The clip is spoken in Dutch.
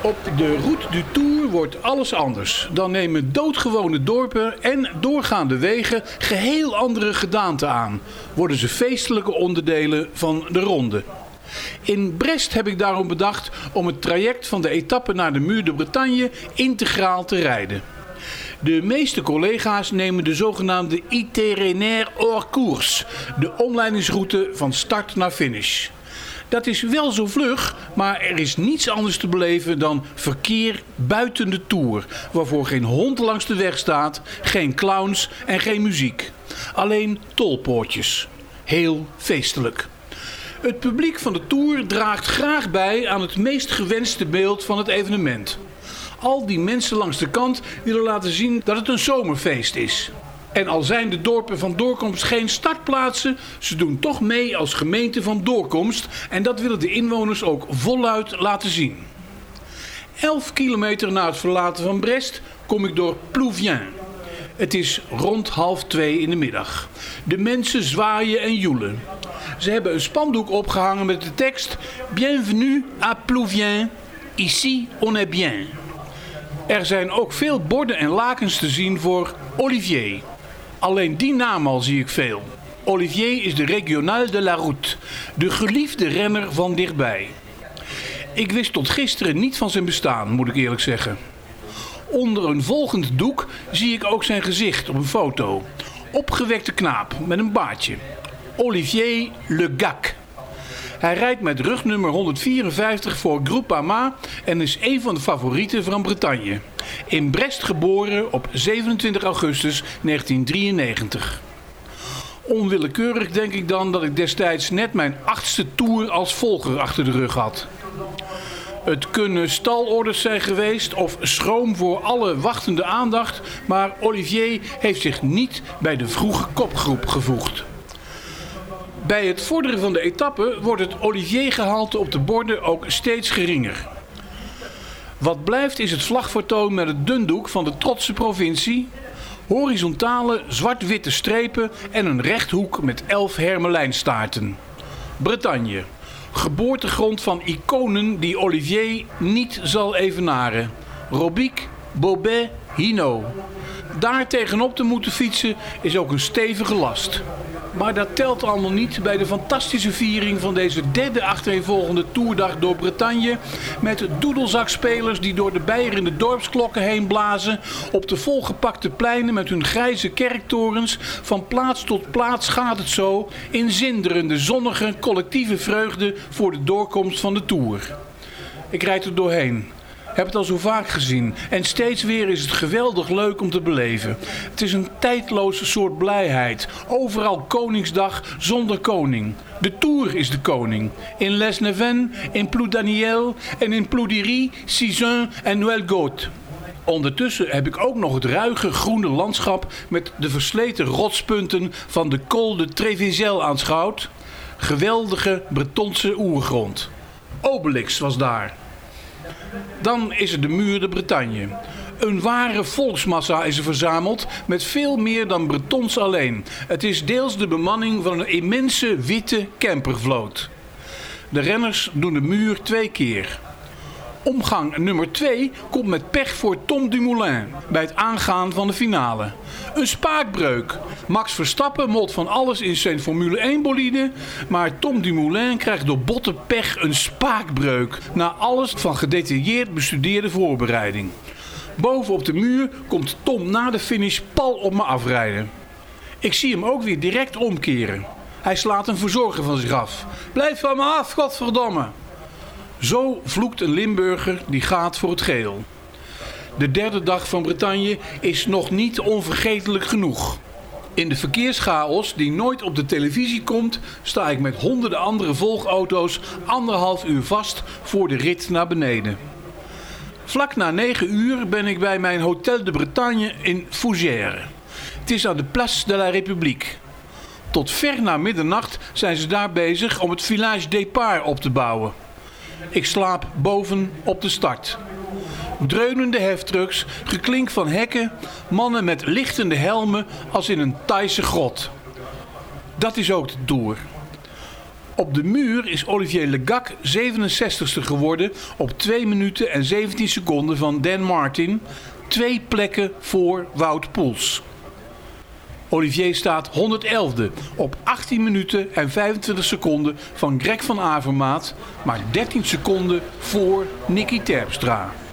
Op de Route du Tour wordt alles anders. Dan nemen doodgewone dorpen en doorgaande wegen geheel andere gedaanten aan. Worden ze feestelijke onderdelen van de ronde. In Brest heb ik daarom bedacht om het traject van de etappe naar de Muur de Bretagne integraal te rijden. De meeste collega's nemen de zogenaamde itinéraire hors course, de omleidingsroute van start naar finish. Dat is wel zo vlug, maar er is niets anders te beleven dan verkeer buiten de Tour, waarvoor geen hond langs de weg staat, geen clowns en geen muziek. Alleen tolpoortjes. Heel feestelijk. Het publiek van de Tour draagt graag bij aan het meest gewenste beeld van het evenement. Al die mensen langs de kant willen laten zien dat het een zomerfeest is. En al zijn de dorpen van doorkomst geen startplaatsen, ze doen toch mee als gemeente van doorkomst en dat willen de inwoners ook voluit laten zien. 11 kilometer na het verlaten van Brest kom ik door Plouviens. Het is rond 1:30 in de middag. De mensen zwaaien en joelen. Ze hebben een spandoek opgehangen met de tekst Bienvenue à Plouviens, ici on est bien. Er zijn ook veel borden en lakens te zien voor Olivier. Alleen die naam al zie ik veel. Olivier is de Régional de la Route, de geliefde renner van dichtbij. Ik wist tot gisteren niet van zijn bestaan, moet ik eerlijk zeggen. Onder een volgend doek zie ik ook zijn gezicht op een foto. Opgewekte knaap met een baardje. Olivier Le Gac. Hij rijdt met rugnummer 154 voor Groupama en is een van de favorieten van Bretagne. In Brest geboren op 27 augustus 1993. Onwillekeurig denk ik dan dat ik destijds net mijn 8e Tour als volger achter de rug had. Het kunnen stalorders zijn geweest of schroom voor alle wachtende aandacht, maar Olivier heeft zich niet bij de vroege kopgroep gevoegd. Bij het vorderen van de etappe wordt het Olivier-gehalte op de borden ook steeds geringer. Wat blijft is het vlagvertoon met het dundoek van de trotse provincie, horizontale zwart-witte strepen en een rechthoek met 11 hermelijnstaarten. Bretagne, geboortegrond van iconen die Olivier niet zal evenaren. Robic, Bobet, Hinault. Daar tegenop te moeten fietsen is ook een stevige last. Maar dat telt allemaal niet bij de fantastische viering van deze 3e achtereenvolgende toerdag door Bretagne. Met doedelzakspelers die door de beierende dorpsklokken heen blazen. Op de volgepakte pleinen met hun grijze kerktorens. Van plaats tot plaats gaat het zo in zinderende zonnige collectieve vreugde voor de doorkomst van de Tour. Ik rijd er doorheen. Heb het al zo vaak gezien en steeds weer is het geweldig leuk om te beleven. Het is een tijdloze soort blijheid. Overal Koningsdag zonder koning. De Tour is de koning. In Les Nevens, in Ploudaniel en in Ploudiry, Cizun en Noël-Gaute. Ondertussen heb ik ook nog het ruige groene landschap met de versleten rotspunten van de Col de Trévizel aanschouwd. Geweldige Bretonse oergrond. Obelix was daar. Dan is er de Muur de Bretagne. Een ware volksmassa is er verzameld met veel meer dan Bretons alleen. Het is deels de bemanning van een immense witte campervloot. De renners doen de muur 2 keer. Omgang nummer 2 komt met pech voor Tom Dumoulin bij het aangaan van de finale. Een spaakbreuk. Max Verstappen molt van alles in zijn Formule 1 bolide, maar Tom Dumoulin krijgt door botte pech een spaakbreuk na alles van gedetailleerd bestudeerde voorbereiding. Boven op de muur komt Tom na de finish pal op me afrijden. Ik zie hem ook weer direct omkeren. Hij slaat een verzorger van zich af. Blijf van me af, godverdomme! Zo vloekt een Limburger die gaat voor het geel. De 3e dag van Bretagne is nog niet onvergetelijk genoeg. In de verkeerschaos die nooit op de televisie komt, sta ik met honderden andere volgauto's 1,5 uur vast voor de rit naar beneden. Vlak na 9 uur ben ik bij mijn Hôtel de Bretagne in Fougères. Het is aan de Place de la République. Tot ver na middernacht zijn ze daar bezig om het Village Départ op te bouwen. Ik slaap boven op de start. Dreunende heftrucks, geklink van hekken, mannen met lichtende helmen als in een Thaise grot. Dat is ook de Tour. Op de muur is Olivier Le Gac 67ste geworden op 2 minuten en 17 seconden van Dan Martin. 2 plekken voor Wout Poels. Olivier staat 111e op 18 minuten en 25 seconden van Greg van Avermaat, maar 13 seconden voor Nicky Terpstra.